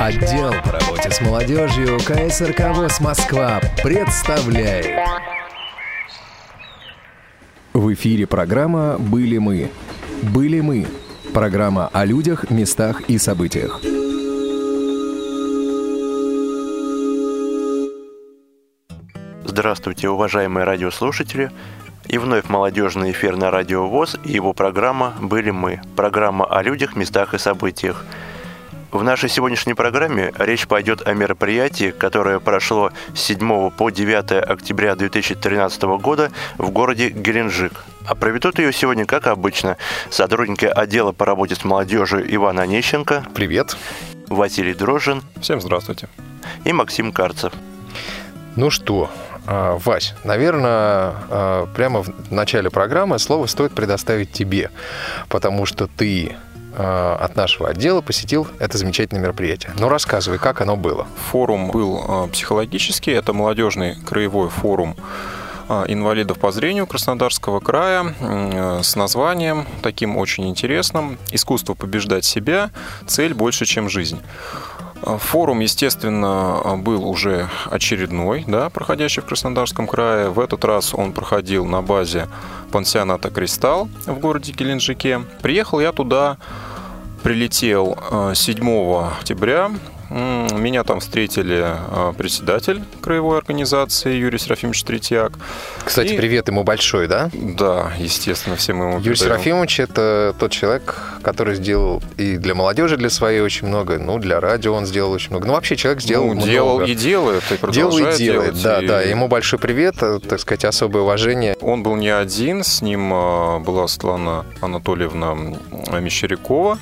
Отдел по работе с молодежью КСРК ВОС Москва представляет. В эфире программа «Были мы». «Были мы». Программа о людях, местах и событиях. Здравствуйте, уважаемые радиослушатели! И вновь молодежный эфир на Радио ВОС и его программа «Были мы». Программа о людях, местах и событиях. В нашей сегодняшней программе речь пойдет о мероприятии, которое прошло с 7 по 9 октября 2013 года в городе Геленджик. А проведут ее сегодня, как обычно, сотрудники отдела по работе с молодежью Иван Онищенко. Привет. Василий Дрожжин. Всем здравствуйте. И Максим Карцев. Ну что, Вась, наверное, прямо в начале программы слово стоит предоставить тебе, потому что ты от нашего отдела посетил это замечательное мероприятие. Ну, рассказывай, как оно было. Форум был психологический, это молодежный краевой форум инвалидов по зрению Краснодарского края с названием таким очень интересным «Искусство побеждать себя. Цель больше, чем жизнь». Форум, естественно, был уже очередной, проходящий в Краснодарском крае. В этот раз он проходил на базе пансионата «Кристалл» в городе Геленджике. Приехал я туда, прилетел 7 октября. Меня там встретили председатель краевой организации Юрий Серафимович Третьяк. Кстати, привет ему большой, да? Да, естественно, всем ему Юрий Серафимович – это тот человек, который сделал и для молодежи, для своей очень много, для радио он сделал очень много. Вообще человек сделал много. Делал и делает, и продолжает делать. Да, ему большой привет, так сказать, особое уважение. Он был не один, с ним была Светлана Анатольевна Мещерякова,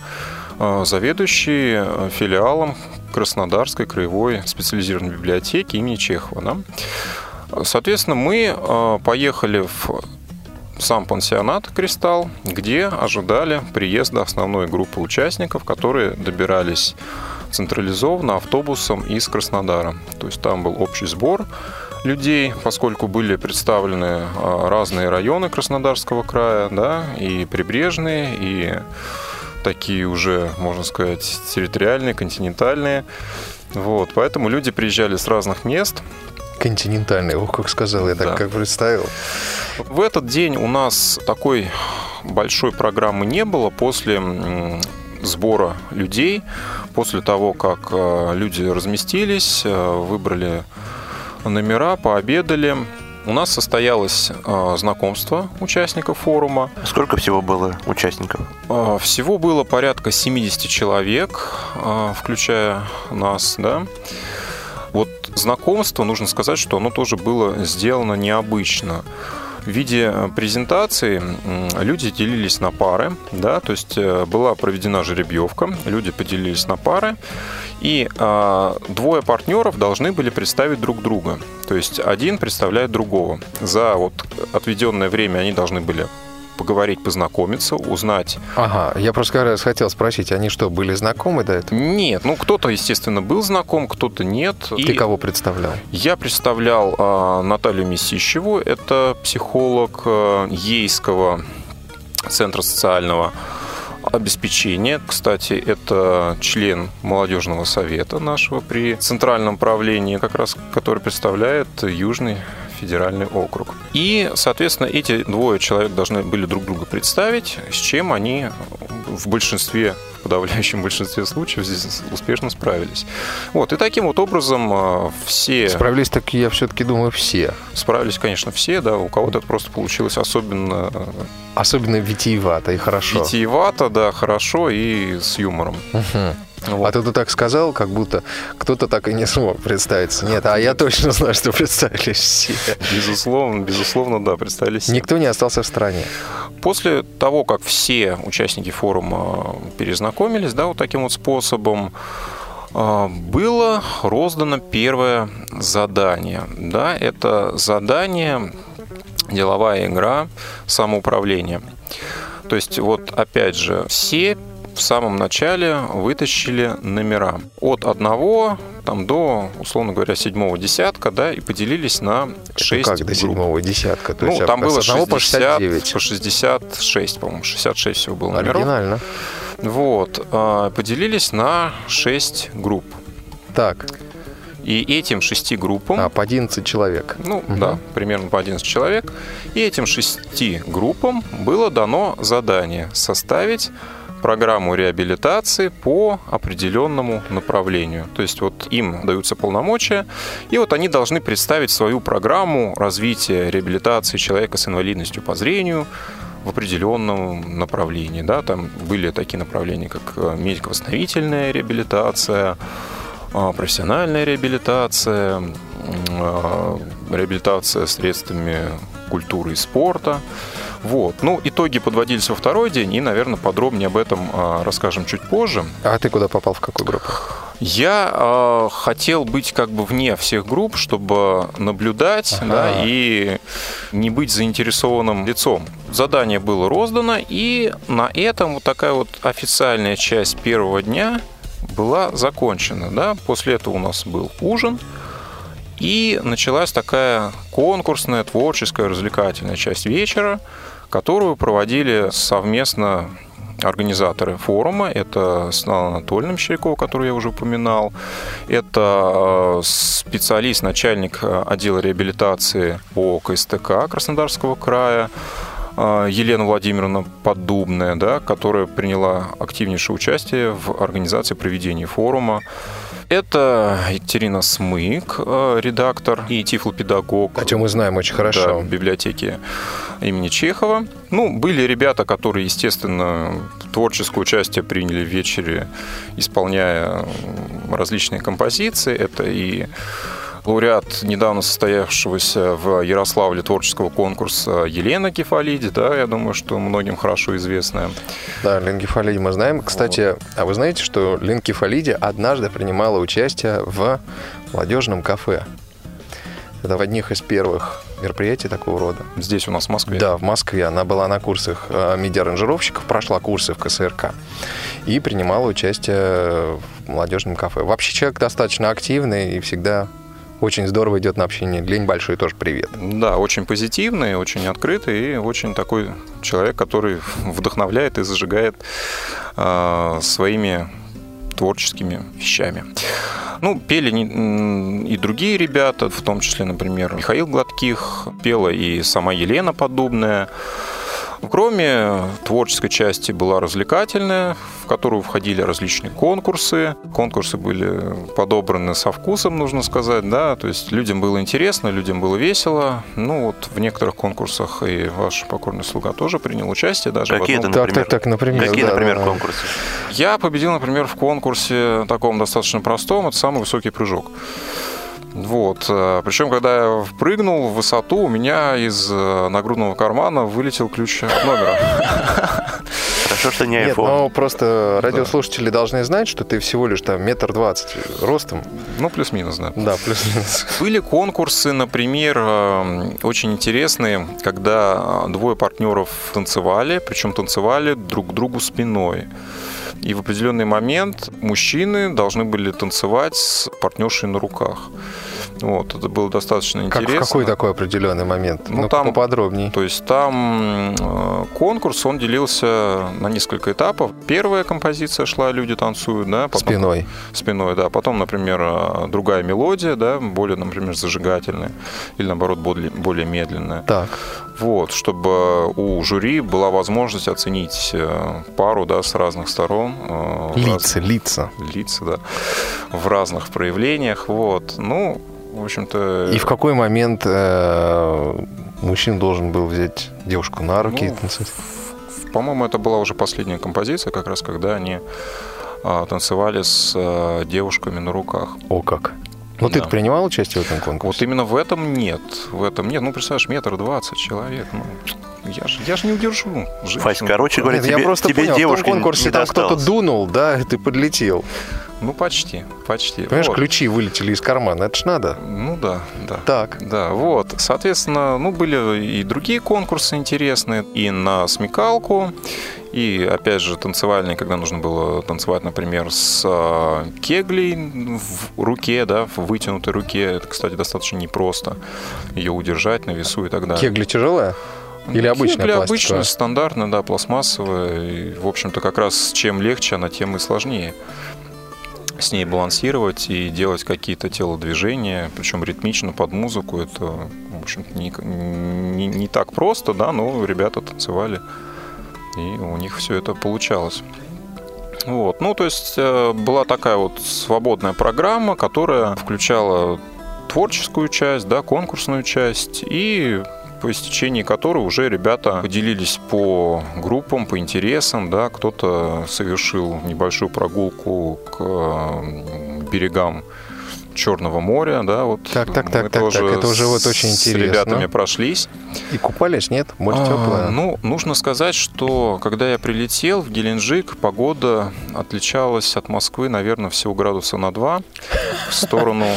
заведующий филиалом Краснодарской краевой специализированной библиотеки имени Чехова. Соответственно, мы поехали в сам пансионат «Кристалл», где ожидали приезда основной группы участников, которые добирались централизованно автобусом из Краснодара. То есть там был общий сбор людей, поскольку были представлены разные районы Краснодарского края, и прибрежные, и такие уже, можно сказать, территориальные, континентальные. Поэтому люди приезжали с разных мест. Континентальные, как сказал, я так как представил. В этот день у нас такой большой программы не было. После сбора людей, после того, как люди разместились, выбрали номера, пообедали, у нас состоялось знакомство участников форума. Сколько всего было участников? Всего было порядка 70 человек, включая нас, знакомство, нужно сказать, что оно тоже было сделано необычно. В виде презентации люди делились на пары, то есть была проведена жеребьевка, люди поделились на пары, и двое партнеров должны были представить друг друга. То есть один представляет другого. За отведенное время они должны были поговорить, познакомиться, узнать. Ага, я просто как раз хотел спросить, они что, были знакомы до этого? Нет, кто-то, естественно, был знаком, кто-то нет. Ты кого представлял? Я представлял Наталью Месищеву, это психолог Ейского центра социального обеспечения. Кстати, это член молодежного совета нашего при центральном правлении, как раз который представляет Южный федеральный округ. И, соответственно, эти двое человек должны были друг друга представить, с чем они в подавляющем большинстве случаев здесь успешно справились. И таким образом все... Справились, так я все-таки думаю, все. Справились, конечно, все, у кого-то это просто получилось особенно... Особенно витиевато и хорошо. Витиевато, хорошо и с юмором. А ты так сказал, как будто кто-то так и не смог представиться. Нет, я точно знаю, что представились все. Безусловно, да, представились все. Никто не остался в стороне. После того, как все участники форума перезнакомились, таким способом, было роздано первое задание. Это задание «Деловая игра самоуправления». То есть, опять же, все в самом начале вытащили номера от 1 до, условно говоря, 7 десятка, и поделились на 6 групп. Как до 7 десятка? То есть там было 60, по 69. По 66, по-моему, 66 всего было номеров. Оригинально. Поделились на 6 групп. Так. И этим 6 группам... По 11 человек. Да, примерно по 11 человек. И этим 6 группам было дано задание составить программу реабилитации по определенному направлению. То есть вот им даются полномочия, и вот они должны представить свою программу развития реабилитации человека с инвалидностью по зрению в определенном направлении. Да? Там были такие направления, как медико-восстановительная реабилитация, профессиональная реабилитация, реабилитация средствами культуры и спорта. Вот. Итоги подводились во второй день, и, наверное, подробнее об этом расскажем чуть позже. А ты куда попал, в какую группу? Я хотел быть как бы вне всех групп, чтобы наблюдать, и не быть заинтересованным лицом. Задание было роздано, и на этом вот такая вот официальная часть первого дня была закончена. Да? После этого у нас был ужин, и началась такая конкурсная, творческая, развлекательная часть вечера, которую проводили совместно организаторы форума. Это Светлана Анатольевна Мещерякова, которую я уже упоминал. Это специалист, начальник отдела реабилитации по КСТК Краснодарского края Елена Владимировна Поддубная, да, которая приняла активнейшее участие в организации проведения форума. Это Екатерина Смык, редактор и тифлопедагог. О чем мы знаем очень хорошо. Да, в библиотеке имени Чехова. Были ребята, которые, естественно, творческое участие приняли в вечере, исполняя различные композиции. Это и лауреат недавно состоявшегося в Ярославле творческого конкурса Елена Кефалиди, да, я думаю, что многим хорошо известная. Да, Лена Кефалиди мы знаем. Кстати, а вы знаете, что Лена Кефалиди однажды принимала участие в молодежном кафе? Это в одних из первых мероприятий такого рода. Здесь у нас в Москве? Да, в Москве. Она была на курсах медиа-аранжировщиков, прошла курсы в КСРК и принимала участие в молодежном кафе. Вообще человек достаточно активный и всегда очень здорово идет на общение. Лень, большой тоже привет. Да, очень позитивный, очень открытый и очень такой человек, который вдохновляет и зажигает своими творческими вещами. Пели и другие ребята, в том числе, например, Михаил Гладких, пела и сама Елена Поддубная. Кроме творческой части была развлекательная, в которую входили различные конкурсы. Конкурсы были подобраны со вкусом, нужно сказать, да, то есть людям было интересно, людям было весело. В некоторых конкурсах и ваш покорный слуга тоже принял участие. Даже Какие-то, например? Какие, например, конкурсы? Я победил, например, в конкурсе таком достаточно простом, это самый высокий прыжок. Причем, когда я прыгнул в высоту, у меня из нагрудного кармана вылетел ключ от номера. Хорошо, что не iPhone. Нет, радиослушатели радиослушатели должны знать, что ты всего лишь 1,20 метра ростом. Плюс-минус, да. Да, плюс-минус. Были конкурсы, например, очень интересные, когда двое партнеров танцевали, причем танцевали друг к другу спиной. И в определенный момент мужчины должны были танцевать с партнершей на руках. Это было достаточно интересно. Какой такой определенный момент? Там поподробнее. То есть там конкурс, он делился на несколько этапов. Первая композиция шла, люди танцуют, да, потом, спиной, да. Потом, например, другая мелодия, да, более, например, зажигательная, или наоборот более медленная. Так. Чтобы у жюри была возможность оценить пару, да, с разных сторон. Лица, да, в разных проявлениях. В общем-то... И в какой момент мужчина должен был взять девушку на руки и танцевать? По-моему, это была уже последняя композиция, как раз когда они танцевали с девушками на руках. О, как! Ты принимал участие в этом конкурсе? Именно в этом нет. Представляешь, 1,20 метра человек. Я ж не удержу. Вась, короче говоря, я просто тебе понял, девушки в том конкурсе там кто-то дунул, да, и ты подлетел. Почти. Понимаешь, ключи вылетели из кармана, это ж надо. Да. Так. Да, соответственно, были и другие конкурсы интересные, и на смекалку, и, опять же, танцевальные, когда нужно было танцевать, например, с кеглей в руке, да, в вытянутой руке. Это, кстати, достаточно непросто ее удержать на весу и так далее. Кегли тяжелая? Или обычная пластиковая? Обычная, стандартная, да, пластмассовая. И, в общем-то, как раз чем легче она, тем и сложнее. с ней балансировать и делать какие-то телодвижения, причем ритмично под музыку. Это, в общем-то, не так просто, да, но ребята танцевали, и у них все это получалось. Вот. Ну, то есть была такая вот свободная программа, которая включала творческую часть, да, конкурсную часть, и по истечении которой уже ребята поделились по группам, по интересам, да, кто-то совершил небольшую прогулку к берегам Черного моря, да, вот это уже вот очень интересно. С ребятами прошлись. И купались, нет? Море теплое. Ну, нужно сказать, что когда я прилетел в Геленджик, погода отличалась от Москвы, наверное, всего градуса на 2 в сторону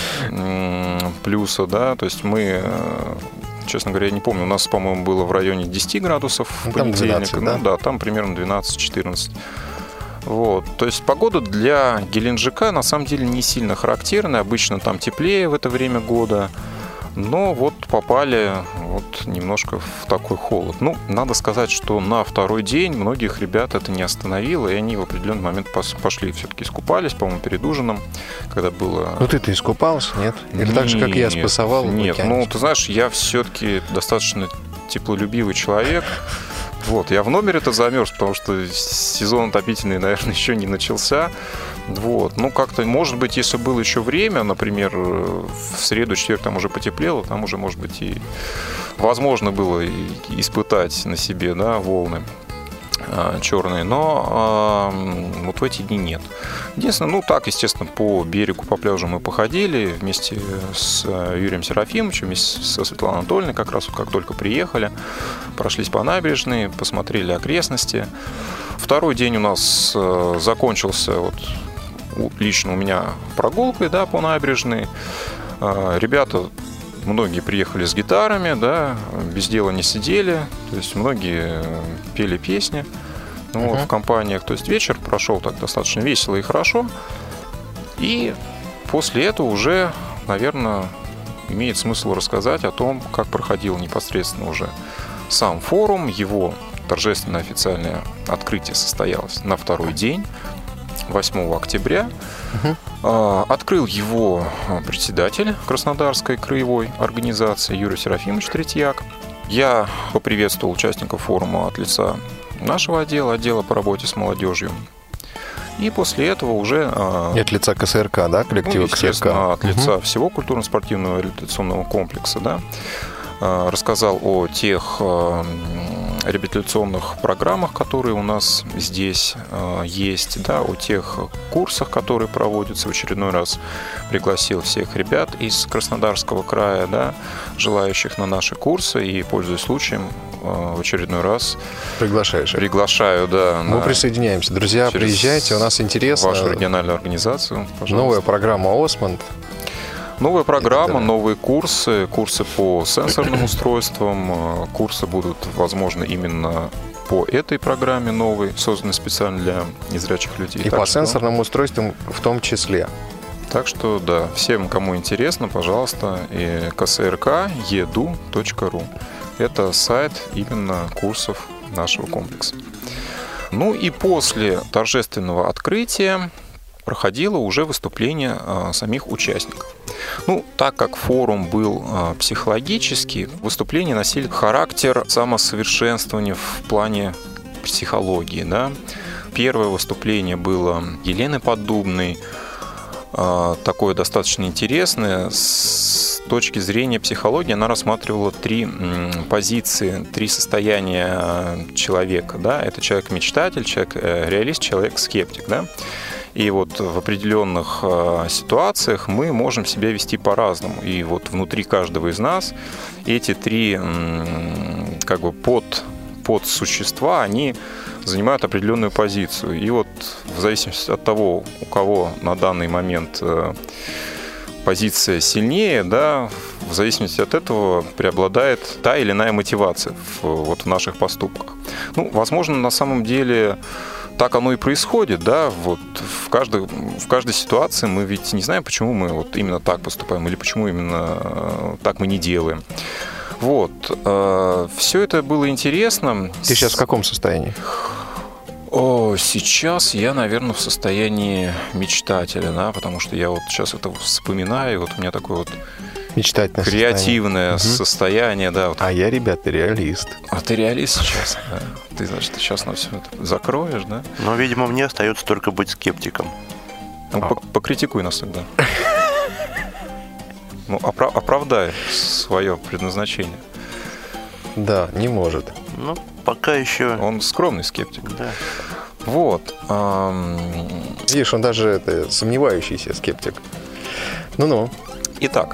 плюса, да, то есть мы... Честно говоря, я не помню. У нас, по-моему, было в районе 10 градусов в понедельник. 12, да? Ну да, там примерно 12-14. Вот. То есть погода для Геленджика на самом деле не сильно характерная. Обычно там теплее в это время года. Но вот попали вот немножко в такой холод. Ну, надо сказать, что на второй день многих ребят это не остановило, и они в определенный момент пошли все-таки искупались, по-моему, перед ужином, когда было... Ну, ты-то искупался, нет? Или так же, как я, спасовал? Нет, ну, ты знаешь, я все-таки достаточно теплолюбивый человек. Вот, я в номере-то замерз, потому что сезон отопительный, наверное, еще не начался. Вот, ну как-то, может быть, если было еще время, например, в среду, четверг там уже потеплело, там уже, может быть, и возможно было испытать на себе, да, волны черные, но вот в эти дни нет. Единственное, ну так, естественно, по берегу, по пляжу мы походили вместе с Юрием Серафимовичем, вместе со Светланой Анатольевной, как раз вот как только приехали, прошлись по набережной, посмотрели окрестности. Второй день у нас закончился вот лично у меня прогулкой, да, по набережной. Ребята, многие приехали с гитарами, да, без дела не сидели, то есть многие пели песни вот, в компаниях. То есть вечер прошел так достаточно весело и хорошо. И после этого уже, наверное, имеет смысл рассказать о том, как проходил непосредственно уже сам форум. Его торжественное официальное открытие состоялось на второй день, 8 октября. Открыл его председатель Краснодарской краевой организации Юрий Серафимович Третьяк. Я поприветствовал участников форума от лица нашего отдела по работе с молодежью. И после этого уже... И от лица КСРК, да, коллектива КСРК? От лица всего культурно-спортивного реабилитационного комплекса, да, рассказал о тех реабилитационных программах, которые у нас здесь есть, да, о тех курсах, которые проводятся. В очередной раз пригласил всех ребят из Краснодарского края, да, желающих на наши курсы, и, пользуясь случаем, в очередной раз приглашаю, да. Мы присоединяемся. Друзья, приезжайте, у нас интересно. Вашу региональную организацию, пожалуйста. Новая программа «Осмонд». Новая программа, новые курсы по сенсорным устройствам. Курсы будут, возможно, именно по этой программе новой, созданной специально для незрячих людей. И по сенсорным устройствам в том числе. Так что, да, всем, кому интересно, пожалуйста, и ksrk.edu.ru. Это сайт именно курсов нашего комплекса. Ну и после торжественного открытия проходило уже выступление самих участников. Ну, так как форум был психологический, выступления носили характер самосовершенствования в плане психологии, да. Первое выступление было Елены Поддубной, такое достаточно интересное. С точки зрения психологии она рассматривала 3 позиции, 3 состояния человека, да. Это человек-мечтатель, человек-реалист, человек-скептик, да. И вот в определенных ситуациях мы можем себя вести по-разному. И вот внутри каждого из нас эти 3 как бы подсущества, они занимают определенную позицию. И вот в зависимости от того, у кого на данный момент позиция сильнее, да, в зависимости от этого преобладает та или иная мотивация в наших поступках. Ну, возможно, на самом деле так оно и происходит, да, вот в каждой ситуации мы ведь не знаем, почему мы вот именно так поступаем или почему именно так мы не делаем. Вот, все это было интересно. Ты сейчас в каком состоянии? Сейчас я, наверное, в состоянии мечтателя, да, потому что я вот сейчас это вспоминаю, и вот у меня такое вот Мечтательное креативное состояние, да. Вот. А я, ребята, реалист. А ты реалист сейчас, да? Ты, значит, сейчас на все это закроешь, да? Но, видимо, мне остается только быть скептиком. Ну, покритикуй нас тогда. Ну, оправдай свое предназначение. Да, не может. Ну, пока еще... Он скромный скептик. Да. Вот. Видишь, он даже сомневающийся скептик. Ну-ну. Итак,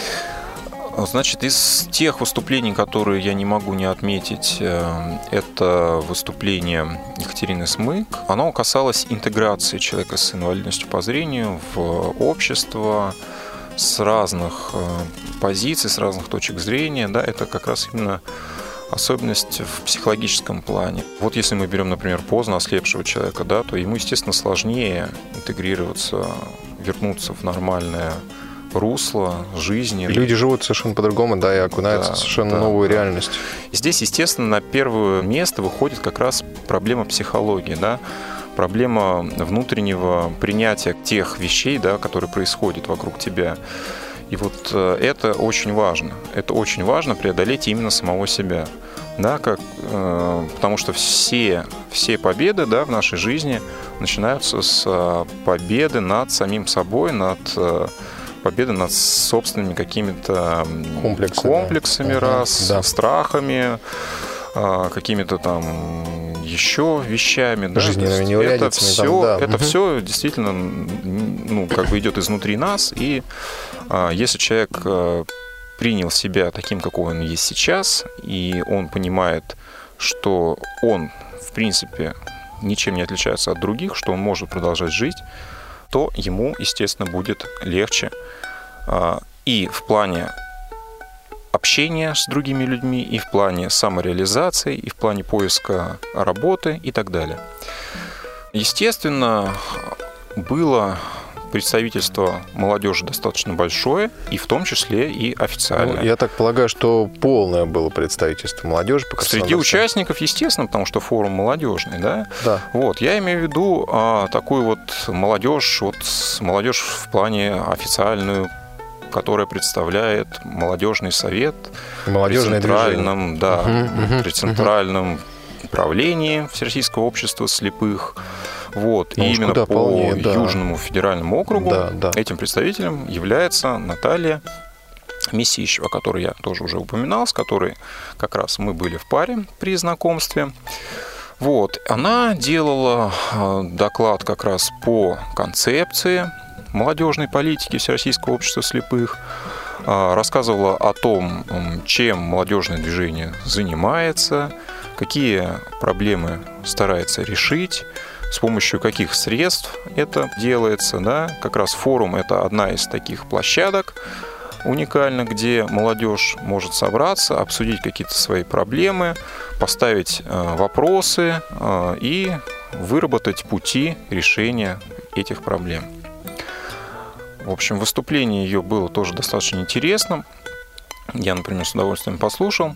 значит, из тех выступлений, которые я не могу не отметить, это выступление Екатерины Смык. Оно касалось интеграции человека с инвалидностью по зрению в общество с разных позиций, с разных точек зрения. Да, это как раз именно особенность в психологическом плане. Вот если мы берем, например, поздно ослепшего человека, да, то ему, естественно, сложнее интегрироваться, вернуться в нормальное русло жизни. Люди живут совершенно по-другому, да, и окунаются в совершенно новую реальность. Здесь, естественно, на первое место выходит как раз проблема психологии, да, проблема внутреннего принятия тех вещей, да, которые происходят вокруг тебя. И вот это очень важно. Это очень важно преодолеть именно самого себя. Да, потому что все победы, да, в нашей жизни начинаются с победы над самим собой, победы над собственными какими-то комплексами, страхами, какими-то там еще вещами. Да? Жизненными неурядицами. Это все действительно идет изнутри нас. И если человек принял себя таким, какой он есть сейчас, и он понимает, что он, в принципе, ничем не отличается от других, что он может продолжать жить, то ему, естественно, будет легче и в плане общения с другими людьми, и в плане самореализации, и в плане поиска работы и так далее. Естественно, было представительство молодежи достаточно большое, и в том числе и официальное. Ну, я так полагаю, что полное было представительство молодежи. Среди участников, естественно, потому что форум молодежный, да? Да. Вот, я имею в виду такую вот молодежь в плане официальную, которая представляет молодежный совет молодежное при центральном правлении Всероссийского общества слепых. Вот. И именно по Южному федеральному округу этим представителем является Наталья Месищева, которую я тоже уже упоминал, с которой как раз мы были в паре при знакомстве. Вот. Она делала доклад как раз по концепции молодежной политики Всероссийского общества слепых, рассказывала о том, чем молодежное движение занимается, какие проблемы старается решить, с помощью каких средств это делается. Да? Как раз форум – это одна из таких площадок уникальных, где молодежь может собраться, обсудить какие-то свои проблемы, поставить вопросы и выработать пути решения этих проблем. В общем, выступление ее было тоже достаточно интересным. Я, например, с удовольствием послушал.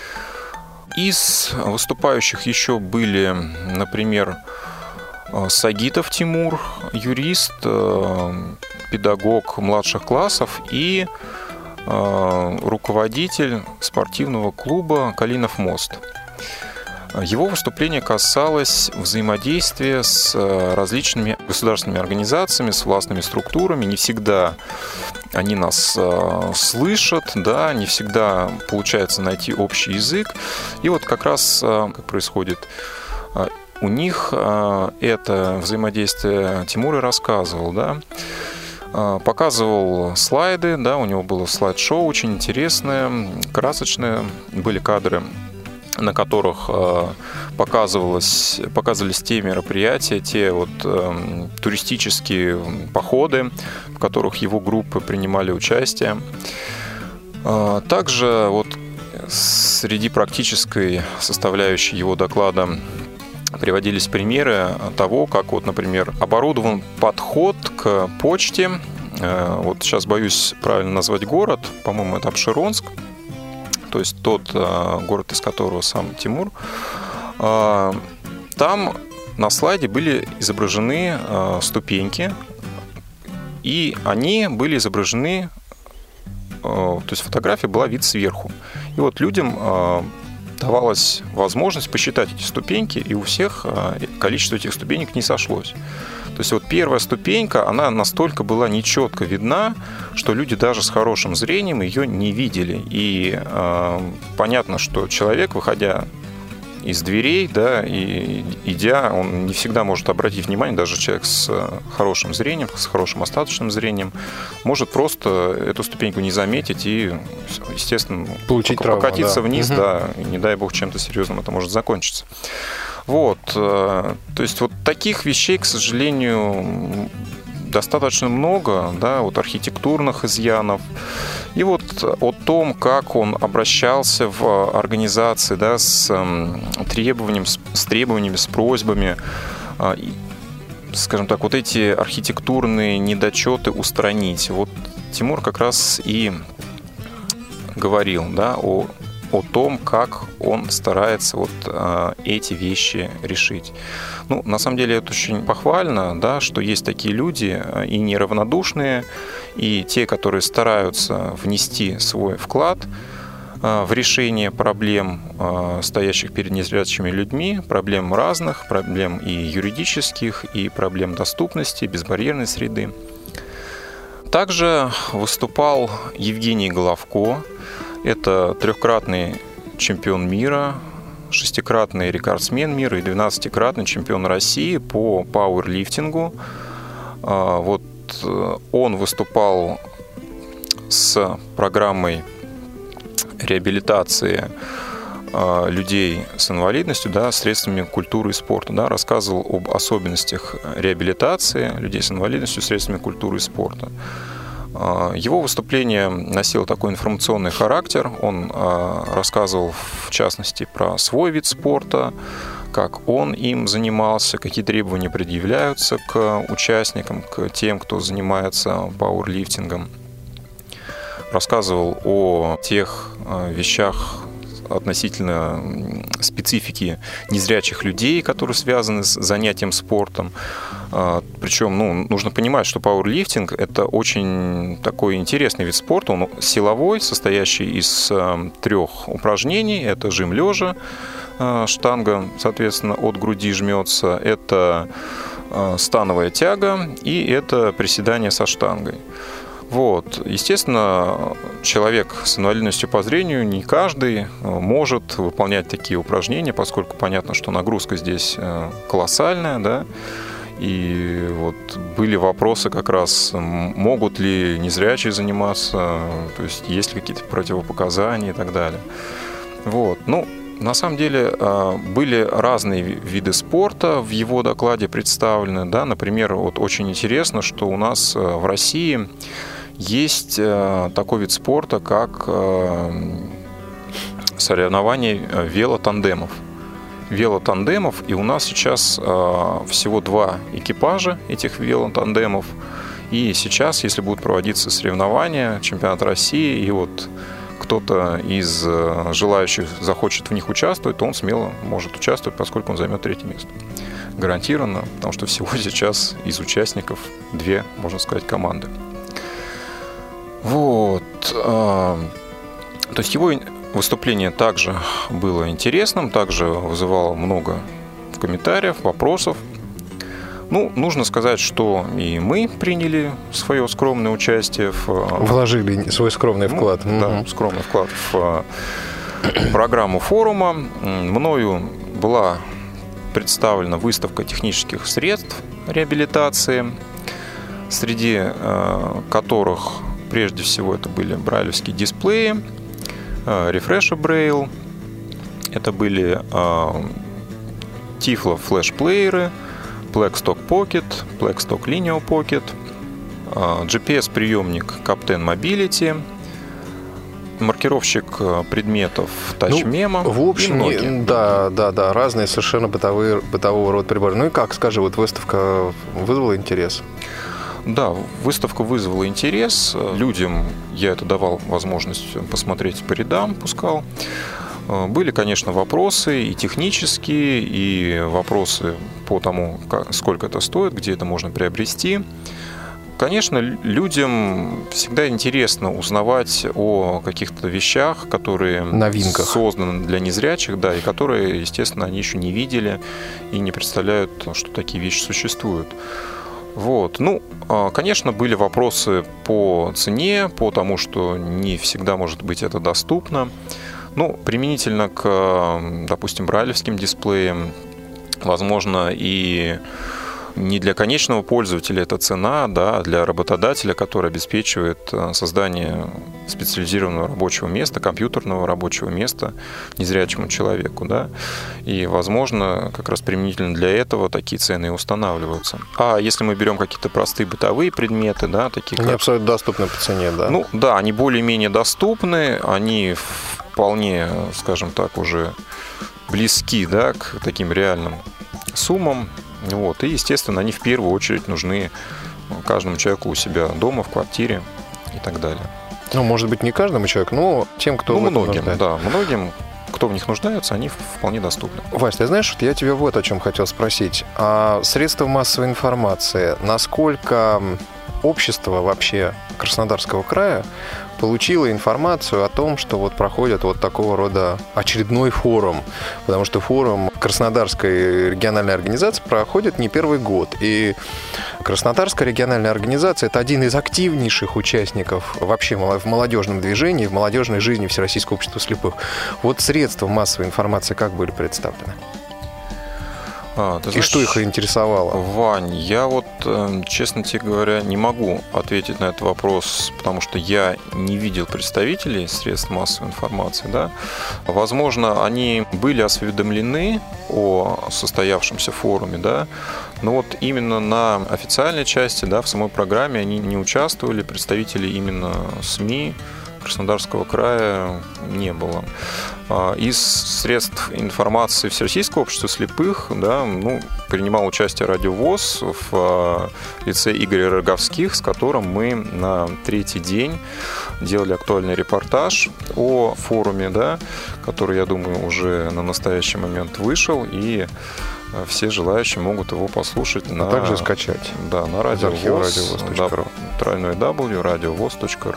Из выступающих еще были, например, Сагитов Тимур, юрист, педагог младших классов и руководитель спортивного клуба «Калинов мост». Его выступление касалось взаимодействия с различными государственными организациями, с властными структурами. Не всегда они нас слышат, да, не всегда получается найти общий язык. И вот как раз как происходит у них это взаимодействие, Тимур и рассказывал, да. Показывал слайды, да, у него было слайд-шоу очень интересное, красочное, были кадры, на которых показывались те мероприятия, те вот туристические походы, в которых его группы принимали участие. Также вот среди практической составляющей его доклада приводились примеры того, как вот, например, оборудован подход к почте. Вот сейчас боюсь правильно назвать город, по-моему, это Апшеронск. То есть тот город, из которого сам Тимур. Там на слайде были изображены ступеньки, и они были изображены, то есть фотография была вид сверху. И вот людям давалась возможность посчитать эти ступеньки, и у всех количество этих ступенек не сошлось. То есть вот первая ступенька, она настолько была нечетко видна, что люди даже с хорошим зрением ее не видели. И понятно, что человек, выходя из дверей, да, и идя, он не всегда может обратить внимание, даже человек с хорошим зрением, с хорошим остаточным зрением, может просто эту ступеньку не заметить и, естественно, получить травму, покатиться вниз, да, и не дай бог чем-то серьезным это может закончиться. Вот, то есть вот таких вещей, к сожалению, достаточно много, да, вот архитектурных изъянов. И вот о том, как он обращался в организации, да, с требованиями, с просьбами, скажем так, вот эти архитектурные недочеты устранить. Вот Тимур как раз и говорил, да, о том, как он старается вот эти вещи решить. Ну, на самом деле это очень похвально, да, что есть такие люди и неравнодушные, и те, которые стараются внести свой вклад в решение проблем, стоящих перед незрячими людьми, проблем разных, проблем и юридических, и проблем доступности, безбарьерной среды. Также выступал Евгений Головко. Это трехкратный чемпион мира, шестикратный рекордсмен мира и 12-кратный чемпион России по пауэрлифтингу. Вот он выступал с программой реабилитации людей с инвалидностью, да, средствами культуры и спорта, да, рассказывал об особенностях реабилитации людей с инвалидностью средствами культуры и спорта. Его выступление носило такой информационный характер. Он рассказывал, в частности, про свой вид спорта, как он им занимался, какие требования предъявляются к участникам, к тем, кто занимается пауэрлифтингом. Рассказывал о тех вещах относительно специфики незрячих людей, которые связаны с занятием спортом. Причем, нужно понимать, что пауэрлифтинг – это очень такой интересный вид спорта. Он силовой, состоящий из 3 упражнений. Это жим лежа, штанга, соответственно, от груди жмется. Это становая тяга и это приседание со штангой. Вот. Естественно, человек с инвалидностью по зрению, не каждый может выполнять такие упражнения, поскольку понятно, что нагрузка здесь колоссальная, да. И вот были вопросы как раз, могут ли незрячие заниматься, то есть есть ли какие-то противопоказания и так далее. Вот. На самом деле были разные виды спорта в его докладе представлены, да. Например, вот очень интересно, что у нас в России есть такой вид спорта, как соревнования велотандемов. И у нас сейчас всего 2 экипажа этих велотандемов. И сейчас, если будут проводиться соревнования, чемпионат России, и вот кто-то из желающих захочет в них участвовать, то он смело может участвовать, поскольку он займет 3-е место. Гарантированно, потому что всего сейчас из участников 2, можно сказать, команды. Вот. То есть его выступление также было интересным, также вызывало много комментариев, вопросов. Нужно сказать, что и мы приняли свое скромное участие вложили свой скромный вклад. Да, скромный вклад в программу форума. Мною была представлена выставка технических средств реабилитации, среди которых прежде всего это были брайлевские дисплеи, Refresher Braille, это были Tiflo флеш-плееры, Blackstock Pocket, Blackstock Linear Pocket, GPS-приемник Captain Mobility, маркировщик предметов TouchMemo. В общем, да, разные совершенно бытового рода приборы. Ну и как, скажи, вот выставка вызвала интерес? Да, выставка вызвала интерес. Людям я это давал возможность посмотреть по рядам, пускал. Были, конечно, вопросы и технические, и вопросы по тому, сколько это стоит, где это можно приобрести. Конечно, людям всегда интересно узнавать о каких-то вещах, которые новинках созданы для незрячих, да, и которые, естественно, они еще не видели и не представляют, что такие вещи существуют. Вот. Ну, конечно, были вопросы по цене, по тому, что не всегда может быть это доступно. Ну, применительно к, допустим, брайлевским дисплеям, возможно, и не для конечного пользователя эта цена, да, а для работодателя, который обеспечивает создание специализированного рабочего места, компьютерного рабочего места незрячему человеку. Да. И, возможно, как раз применительно для этого такие цены и устанавливаются. А если мы берем какие-то простые бытовые предметы, да, такие как... Они абсолютно доступны по цене, да? Ну, да, они более-менее доступны, они вполне, скажем так, уже близки, да, к таким реальным суммам. Вот. И, естественно, они в первую очередь нужны каждому человеку у себя дома, в квартире и так далее. Ну, может быть, не каждому человеку, но тем, кто в этом многим, нуждается. Да, многим, кто в них нуждается, они вполне доступны. Вась, ты знаешь, вот я тебя вот о чем хотел спросить. А средства массовой информации, насколько общество вообще Краснодарского края получила информацию о том, что вот проходит вот такого рода очередной форум, потому что форум Краснодарской региональной организации проходит не первый год, и Краснодарская региональная организация – это один из активнейших участников вообще в молодежном движении, в молодежной жизни Всероссийского общества слепых. Вот средства массовой информации как были представлены? И что их интересовало? Вань, я вот, честно тебе говоря, не могу ответить на этот вопрос, потому что я не видел представителей средств массовой информации. Да? Возможно, они были осведомлены о состоявшемся форуме, да? Но вот именно на официальной части, да, в самой программе они не участвовали, представителей именно СМИ Краснодарского края не было. Из средств информации Всероссийского общества слепых, да, принимал участие Радио ВОС в лице Игоря Роговских, с которым мы на третий день делали актуальный репортаж о форуме, да, который, я думаю, уже на настоящий момент вышел, и все желающие могут его послушать также скачать. Да, на Радио ВОС, www.radiovoz.ru.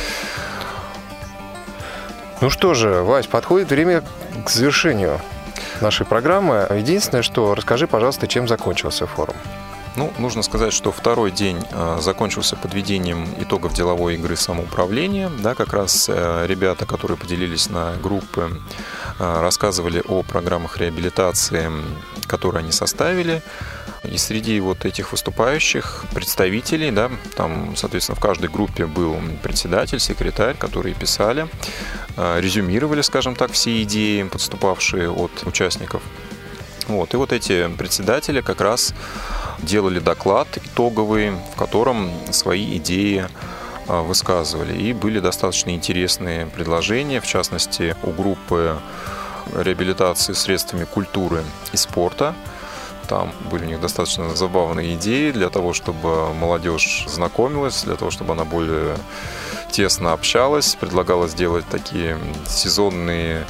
Ну что же, Вась, подходит время к завершению нашей программы. Единственное, что расскажи, пожалуйста, чем закончился форум. Ну, нужно сказать, что второй день закончился подведением итогов деловой игры самоуправления. Да, как раз ребята, которые поделились на группы, рассказывали о программах реабилитации, которые они составили. И среди вот этих выступающих представителей, да, там, соответственно, в каждой группе был председатель, секретарь, которые писали, резюмировали, скажем так, все идеи, подступавшие от участников. Вот. И вот эти председатели как раз делали доклад итоговый, в котором свои идеи высказывали. И были достаточно интересные предложения, в частности, у группы реабилитации средствами культуры и спорта. Там были у них достаточно забавные идеи для того, чтобы молодежь знакомилась, для того, чтобы она более тесно общалась. Предлагалось сделать такие сезонные,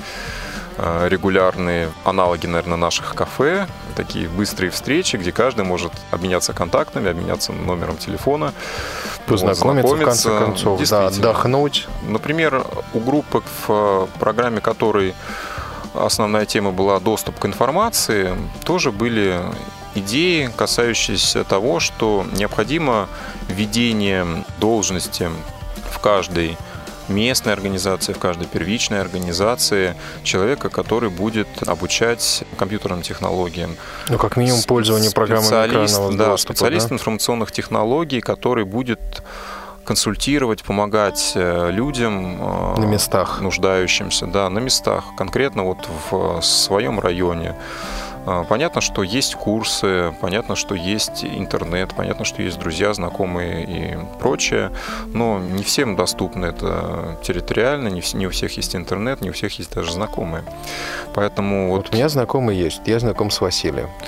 регулярные аналоги, наверное, наших кафе, такие быстрые встречи, где каждый может обменяться контактами, обменяться номером телефона, познакомиться, в конце концов, да, отдохнуть. Например, у группы, в программе которой основная тема была доступ к информации, тоже были идеи, касающиеся того, что необходимо введение должности в каждой местной организации, в каждой первичной организации человека, который будет обучать компьютерным технологиям. Ну, как минимум, пользование программами экранного доступа. Специалист информационных технологий, который будет консультировать, помогать людям на местах, нуждающимся, да, на местах, конкретно вот в своем районе. Понятно, что есть курсы, понятно, что есть интернет, понятно, что есть друзья, знакомые и прочее, но не всем доступно это территориально, не у всех есть интернет, не у всех есть даже знакомые. Поэтому вот у меня знакомый есть, я знаком с Василием.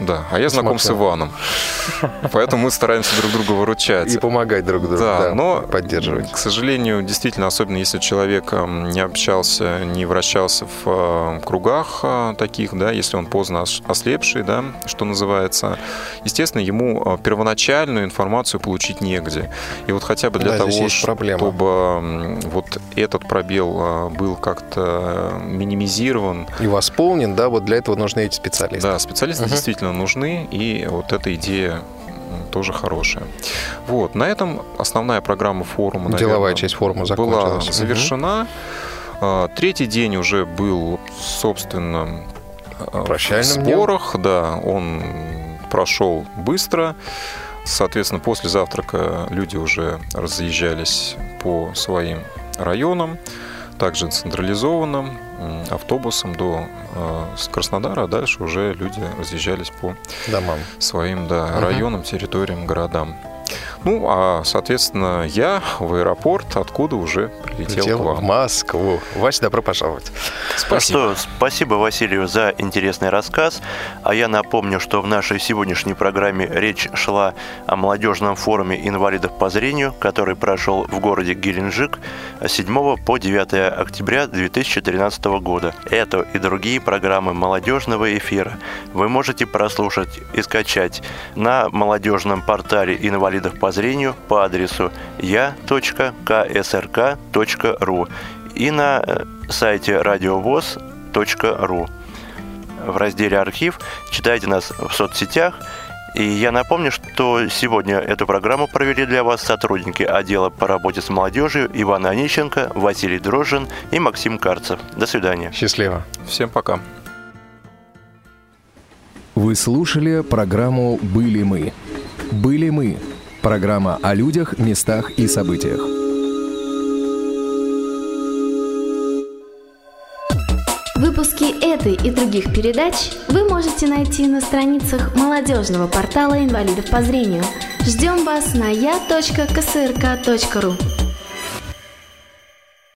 Да, а я знаком с Иваном. Поэтому мы стараемся друг друга выручать. И помогать друг другу, да, но поддерживать. К сожалению, действительно, особенно если человек не общался, не вращался в кругах таких, да, если он поздно ослепший, да, что называется, естественно, ему первоначальную информацию получить негде. И вот хотя бы для того, чтобы вот этот пробел был как-то минимизирован. И восполнен, да, вот для этого нужны эти специалисты. Да, специалисты действительно нужны, и вот эта идея тоже хорошая. Вот, на этом основная программа форума, наверное, деловая часть форума закончилась. Была завершена. Третий день уже был, собственно, в сборах. Да, он прошел быстро. Соответственно, после завтрака люди уже разъезжались по своим районам, также централизованно, автобусом до Краснодара, а дальше уже люди разъезжались по домам, своим районам, территориям, городам. Ну, а, соответственно, я в аэропорт, откуда уже прилетел к вам. В Москву. Вася, добро пожаловать. Спасибо. Ну что, спасибо Василию за интересный рассказ. А я напомню, что в нашей сегодняшней программе речь шла о молодежном форуме инвалидов по зрению, который прошел в городе Геленджик с 7 по 9 октября 2013 года. Эту и другие программы молодежного эфира вы можете прослушать и скачать на молодежном портале инвалидов по зрению по адресу ya.ksrk.ru и на сайте radiovoz.ru. В разделе «Архив» читайте нас в соцсетях. И я напомню, что сегодня эту программу провели для вас сотрудники отдела по работе с молодежью Иван Онищенко, Василий Дрожжин и Максим Карцев. До свидания. Счастливо. Всем пока. Вы слушали программу «Были мы». «Были мы». Программа о людях, местах и событиях. Выпуски этой и других передач вы можете найти на страницах молодежного портала инвалидов по зрению. Ждем вас на ya.ksrk.ru.